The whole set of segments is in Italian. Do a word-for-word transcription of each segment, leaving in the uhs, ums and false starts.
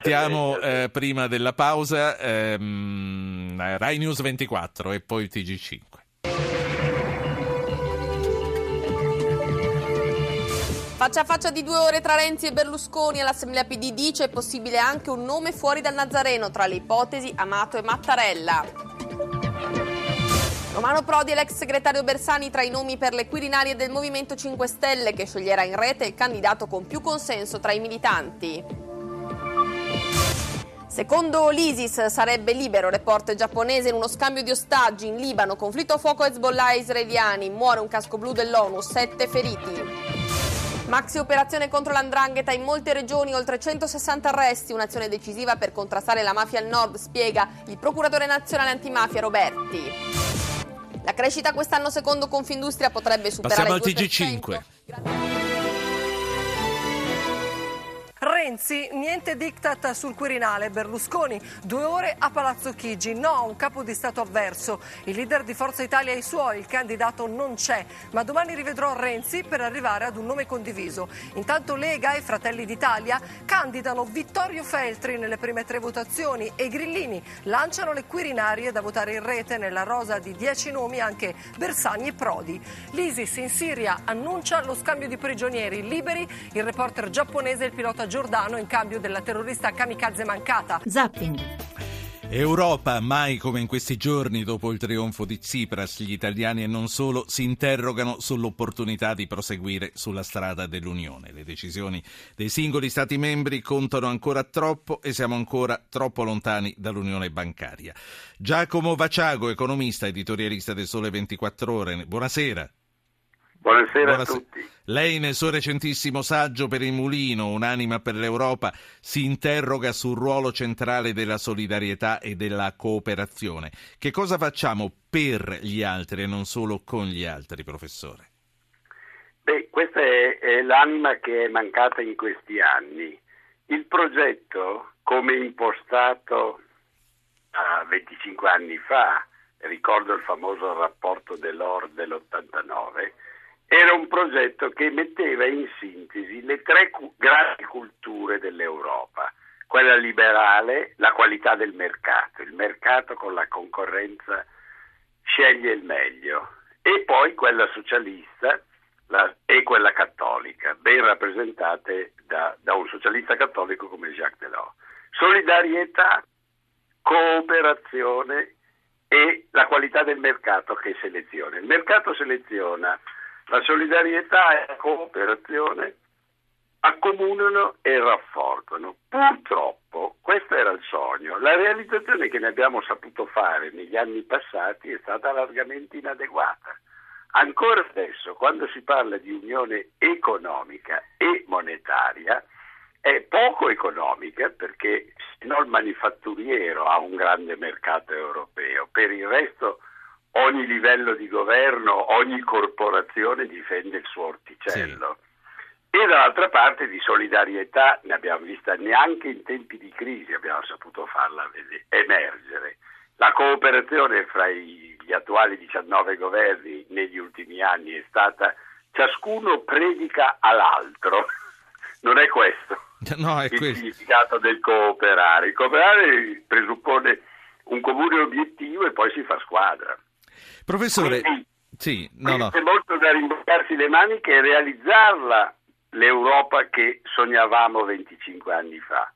Partiamo eh, prima della pausa, ehm, Rai News ventiquattro e poi T G cinque. Faccia a faccia di due ore tra Renzi e Berlusconi all'Assemblea P D dice è possibile anche un nome fuori dal Nazareno, tra le ipotesi Amato e Mattarella. Romano Prodi e l'ex segretario Bersani tra i nomi per le Quirinarie del Movimento cinque Stelle, che sceglierà in rete il candidato con più consenso tra i militanti. Secondo l'ISIS sarebbe libero report giapponese in uno scambio di ostaggi in Libano, conflitto a fuoco Hezbollah e israeliani, muore un casco blu dell'ONU, sette feriti. Maxi operazione contro l'andrangheta in molte regioni, oltre centosessanta arresti, un'azione decisiva per contrastare la mafia al nord, spiega il procuratore nazionale antimafia Roberti. La crescita quest'anno secondo Confindustria potrebbe superare Passiamo il due al per T G cento. cinque. Renzi, niente diktat sul Quirinale. Berlusconi, due ore a Palazzo Chigi. No, un capo di Stato avverso. Il leader di Forza Italia e i suoi, il candidato non c'è. Ma domani rivedrò Renzi per arrivare ad un nome condiviso. Intanto Lega e Fratelli d'Italia candidano Vittorio Feltri nelle prime tre votazioni e i grillini lanciano le Quirinarie da votare in rete. Nella rosa di dieci nomi anche Bersani e Prodi. L'ISIS in Siria annuncia lo scambio di prigionieri liberi. Il reporter giapponese e il pilota Giordano in cambio della terrorista kamikaze mancata. Zapping. Europa, mai come in questi giorni dopo il trionfo di Tsipras, gli italiani e non solo si interrogano sull'opportunità di proseguire sulla strada dell'Unione. Le decisioni dei singoli Stati membri contano ancora troppo e siamo ancora troppo lontani dall'Unione bancaria. Giacomo Vaciago, economista, editorialista del Sole ventiquattro Ore, buonasera. Buonasera, Buonasera a tutti. Lei nel suo recentissimo saggio per il Mulino, Un'anima per l'Europa, si interroga sul ruolo centrale della solidarietà e della cooperazione. Che cosa facciamo per gli altri e non solo con gli altri, professore? Beh, questa è, è l'anima che è mancata in questi anni. Il progetto, come impostato uh, venticinque anni fa, ricordo il famoso rapporto Delors dell'ottantanove, era un progetto che metteva in sintesi le tre cu- grandi culture dell'Europa, quella liberale, la qualità del mercato, il mercato con la concorrenza sceglie il meglio, e poi quella socialista la, e quella cattolica, ben rappresentate da, da un socialista cattolico come Jacques Delors. Solidarietà, cooperazione e la qualità del mercato che seleziona. Il mercato seleziona, la solidarietà e la cooperazione accomunano e rafforzano. Purtroppo questo era il sogno. La realizzazione che ne abbiamo saputo fare negli anni passati è stata largamente inadeguata. Ancora adesso, quando si parla di unione economica e monetaria, è poco economica, perché se no il manifatturiero ha un grande mercato europeo. Per il resto ogni livello di governo, ogni corporazione difende il suo orticello. Sì. E dall'altra parte di solidarietà ne abbiamo vista neanche in tempi di crisi, abbiamo saputo farla emergere. La cooperazione fra i, gli attuali diciannove governi negli ultimi anni è stata ciascuno predica all'altro. Non è questo no, è il questo. significato del cooperare. Il cooperare presuppone un comune obiettivo e poi si fa squadra. Professore, Quindi, sì, no, no. È molto da rimboccarsi le maniche e realizzarla l'Europa che sognavamo venticinque anni fa.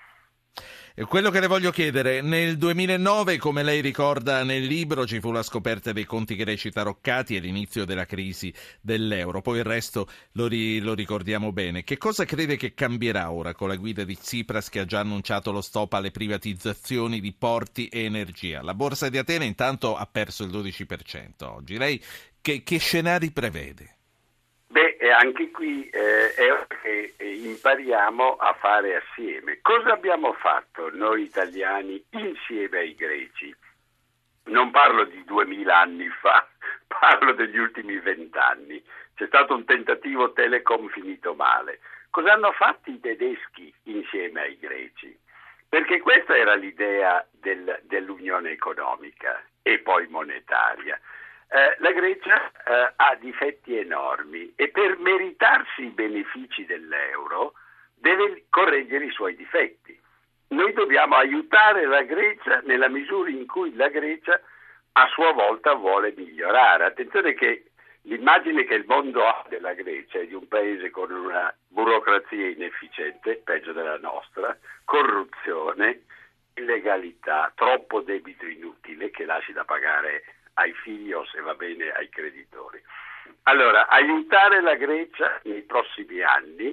E quello che le voglio chiedere, nel duemilanove, come lei ricorda nel libro, ci fu la scoperta dei conti greci taroccati e l'inizio della crisi dell'euro, poi il resto lo, ri, lo ricordiamo bene. Che cosa crede che cambierà ora con la guida di Tsipras, che ha già annunciato lo stop alle privatizzazioni di porti e energia? La borsa di Atene intanto ha perso il dodici per cento oggi. Lei che, che scenari prevede? Beh, anche qui eh, è ora che impariamo a fare assieme. Cosa abbiamo fatto noi italiani insieme ai greci? Non parlo di duemila anni fa, parlo degli ultimi vent'anni. C'è stato un tentativo Telecom finito male. Cosa hanno fatto i tedeschi insieme ai greci? Perché questa era l'idea del, dell'unione economica e poi monetaria. Eh, la Grecia eh, ha difetti enormi e per meritarsi i benefici dell'euro deve correggere i suoi difetti. dobbiamo aiutare la Grecia nella misura in cui la Grecia a sua volta vuole migliorare. Attenzione che l'immagine che il mondo ha della Grecia è di un paese con una burocrazia inefficiente, peggio della nostra, corruzione, illegalità, troppo debito inutile che lasci da pagare ai figli o, se va bene, ai creditori. Allora, aiutare la Grecia nei prossimi anni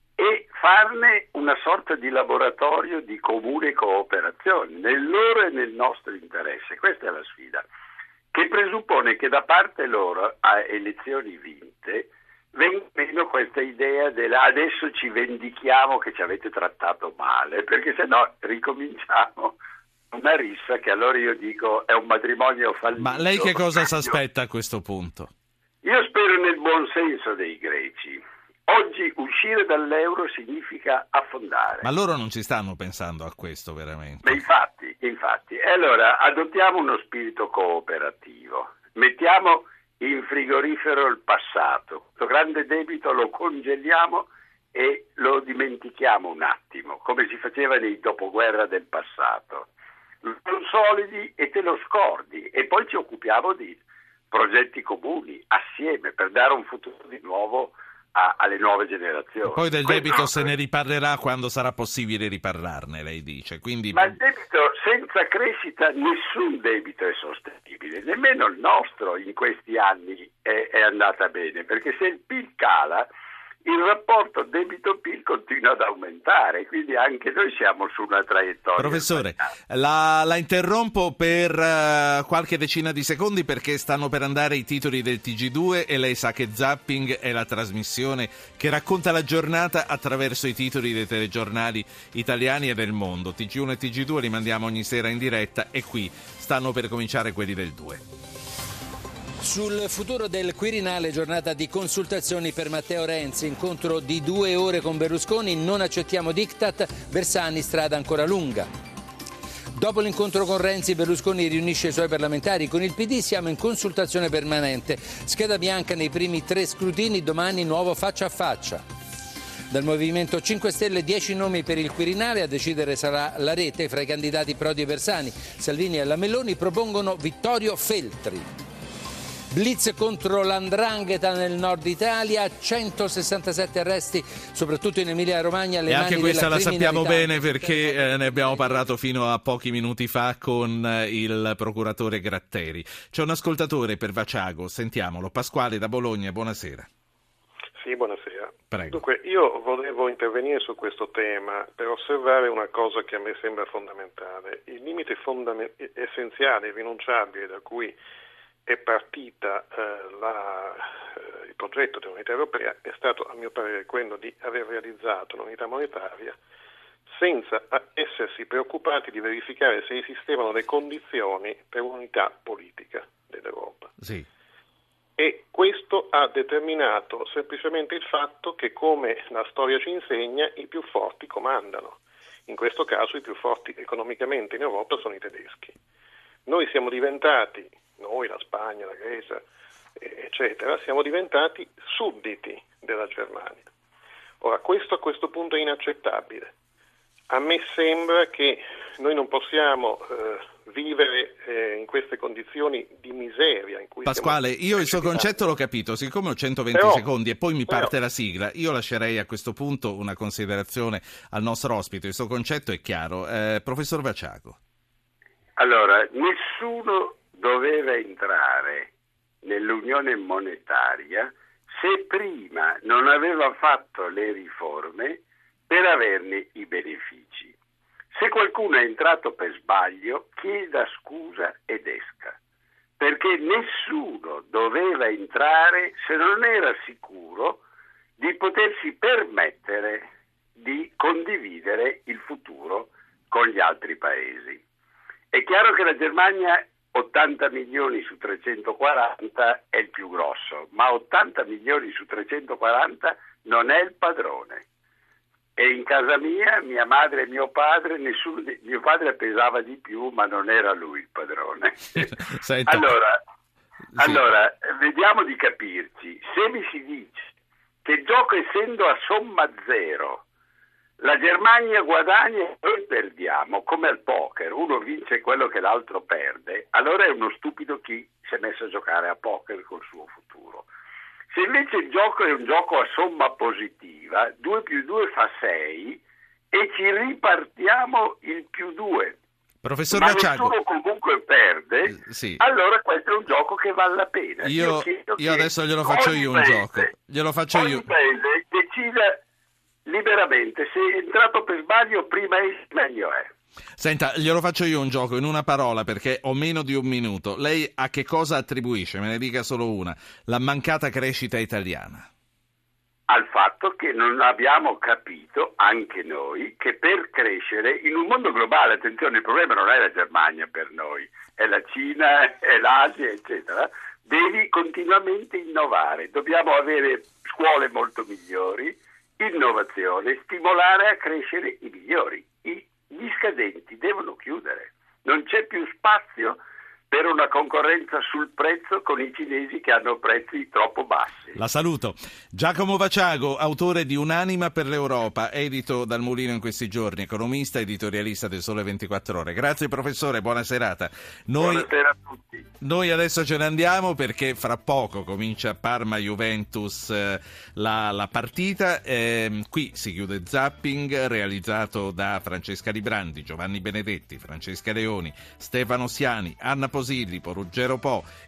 e farne una sorta di laboratorio di comune cooperazione nel loro e nel nostro interesse. Questa è la sfida, che presuppone che da parte loro, a elezioni vinte, venga meno questa idea della adesso ci vendichiamo che ci avete trattato male, perché se no ricominciamo una rissa che allora io dico è un matrimonio fallito. Ma lei che cosa si aspetta a questo punto? Io spero nel buon senso dei greci. Oggi uscire dall'euro significa affondare. Ma loro non ci stanno pensando a questo veramente. Ma infatti, infatti. E allora adottiamo uno spirito cooperativo. Mettiamo in frigorifero il passato. Questo grande debito lo congeliamo e lo dimentichiamo un attimo, come si faceva nei dopoguerra del passato. Lo consolidi e te lo scordi e poi ci occupiamo di progetti comuni, assieme, per dare un futuro di nuovo a, alle nuove generazioni. E poi del Questo... debito se ne riparlerà quando sarà possibile riparlarne, lei dice. Quindi... Ma il debito, senza crescita nessun debito è sostenibile, nemmeno il nostro in questi anni è, è andata bene, perché se il P I L cala, il rapporto debito-P I L continua ad aumentare, quindi anche noi siamo su una traiettoria. Professore, la, la interrompo per uh, qualche decina di secondi perché stanno per andare i titoli del T G due e lei sa che Zapping è la trasmissione che racconta la giornata attraverso i titoli dei telegiornali italiani e del mondo. T G uno e T G due li mandiamo ogni sera in diretta e qui stanno per cominciare quelli del due. Sul futuro del Quirinale, giornata di consultazioni per Matteo Renzi, incontro di due ore con Berlusconi, non accettiamo diktat, Bersani strada ancora lunga. Dopo l'incontro con Renzi, Berlusconi riunisce i suoi parlamentari, con il P D siamo in consultazione permanente, scheda bianca nei primi tre scrutini, domani nuovo faccia a faccia. Dal Movimento cinque Stelle dieci nomi per il Quirinale, a decidere sarà la rete fra i candidati Prodi e Bersani. Salvini e la Meloni propongono Vittorio Feltri. Blitz contro l'Andrangheta nel nord Italia, centosessantasette arresti soprattutto in Emilia-Romagna. Le e anche mani questa della la sappiamo criminalità. bene perché eh, ne abbiamo parlato fino a pochi minuti fa con eh, il procuratore Gratteri. C'è un ascoltatore per Vaciago, sentiamolo. Pasquale da Bologna, buonasera. Sì, buonasera. Prego. Dunque, io volevo intervenire su questo tema per osservare una cosa che a me sembra fondamentale. Il limite fondament- essenziale, irrinunciabile da cui è partita eh, la, eh, il progetto dell'unità europea è stato, a mio parere, quello di aver realizzato un'unità monetaria senza essersi preoccupati di verificare se esistevano le condizioni per un'unità politica dell'Europa. Sì. E questo ha determinato semplicemente il fatto che, come la storia ci insegna, i più forti comandano. In questo caso i più forti economicamente in Europa sono i tedeschi. Noi siamo diventati noi, la Spagna, la Grecia, eccetera, siamo diventati sudditi della Germania. Ora, questo a questo punto è inaccettabile. A me sembra che noi non possiamo eh, vivere eh, in queste condizioni di miseria. In cui Pasquale, io il suo concetto l'ho capito, siccome ho centoventi però, secondi e poi mi però, parte la sigla, io lascerei a questo punto una considerazione al nostro ospite. Il suo concetto è chiaro. Eh, professor Vaciago. Allora, nessuno doveva entrare nell'unione monetaria se prima non aveva fatto le riforme per averne i benefici. Se qualcuno è entrato per sbaglio, chieda scusa ed esca, perché nessuno doveva entrare se non era sicuro di potersi permettere di condividere il futuro con gli altri paesi. È chiaro che la Germania ottanta milioni su trecentoquaranta è il più grosso, ma ottanta milioni su trecentoquaranta non è il padrone. E in casa mia, mia madre e mio padre, nessuno di, mio padre pesava di più, ma non era lui il padrone. allora, sì. allora, vediamo di capirci. Se mi si dice che il gioco essendo a somma zero, la Germania guadagna e noi perdiamo, vince quello che l'altro perde, allora è uno stupido chi si è messo a giocare a poker col suo futuro. Se invece il gioco è un gioco a somma positiva, due più due fa sei e ci ripartiamo il più due. Professor Ma Vaciago, nessuno comunque perde, eh, sì. allora questo è un gioco che vale la pena. Io, io, io adesso glielo faccio ogni io un paese, gioco. Glielo faccio ogni io. paese decida liberamente, se è entrato per sbaglio prima è meglio è. Senta, glielo faccio io un gioco in una parola perché ho meno di un minuto. Lei a che cosa attribuisce? Me ne dica solo una. La mancata crescita italiana. Al fatto che non abbiamo capito, anche noi, che per crescere in un mondo globale, attenzione, il problema non è la Germania per noi, è la Cina, è l'Asia, eccetera, devi continuamente innovare, dobbiamo avere scuole molto migliori, innovazione, stimolare a crescere i migliori. I, gli scadenti devono chiudere, non c'è più spazio per una concorrenza sul prezzo con i cinesi che hanno prezzi troppo bassi. La saluto. Giacomo Vaciago, autore di Un'anima per l'Europa, edito dal Mulino in questi giorni, economista, editorialista del Sole ventiquattro Ore. Grazie professore, buona serata. Noi, Buonasera a tutti. Noi adesso ce ne andiamo perché fra poco comincia Parma-Juventus eh, la, la partita. Eh, qui si chiude Zapping, realizzato da Francesca Librandi, Giovanni Benedetti, Francesca Leoni, Stefano Siani, Anna Posillipo, Ruggero Po,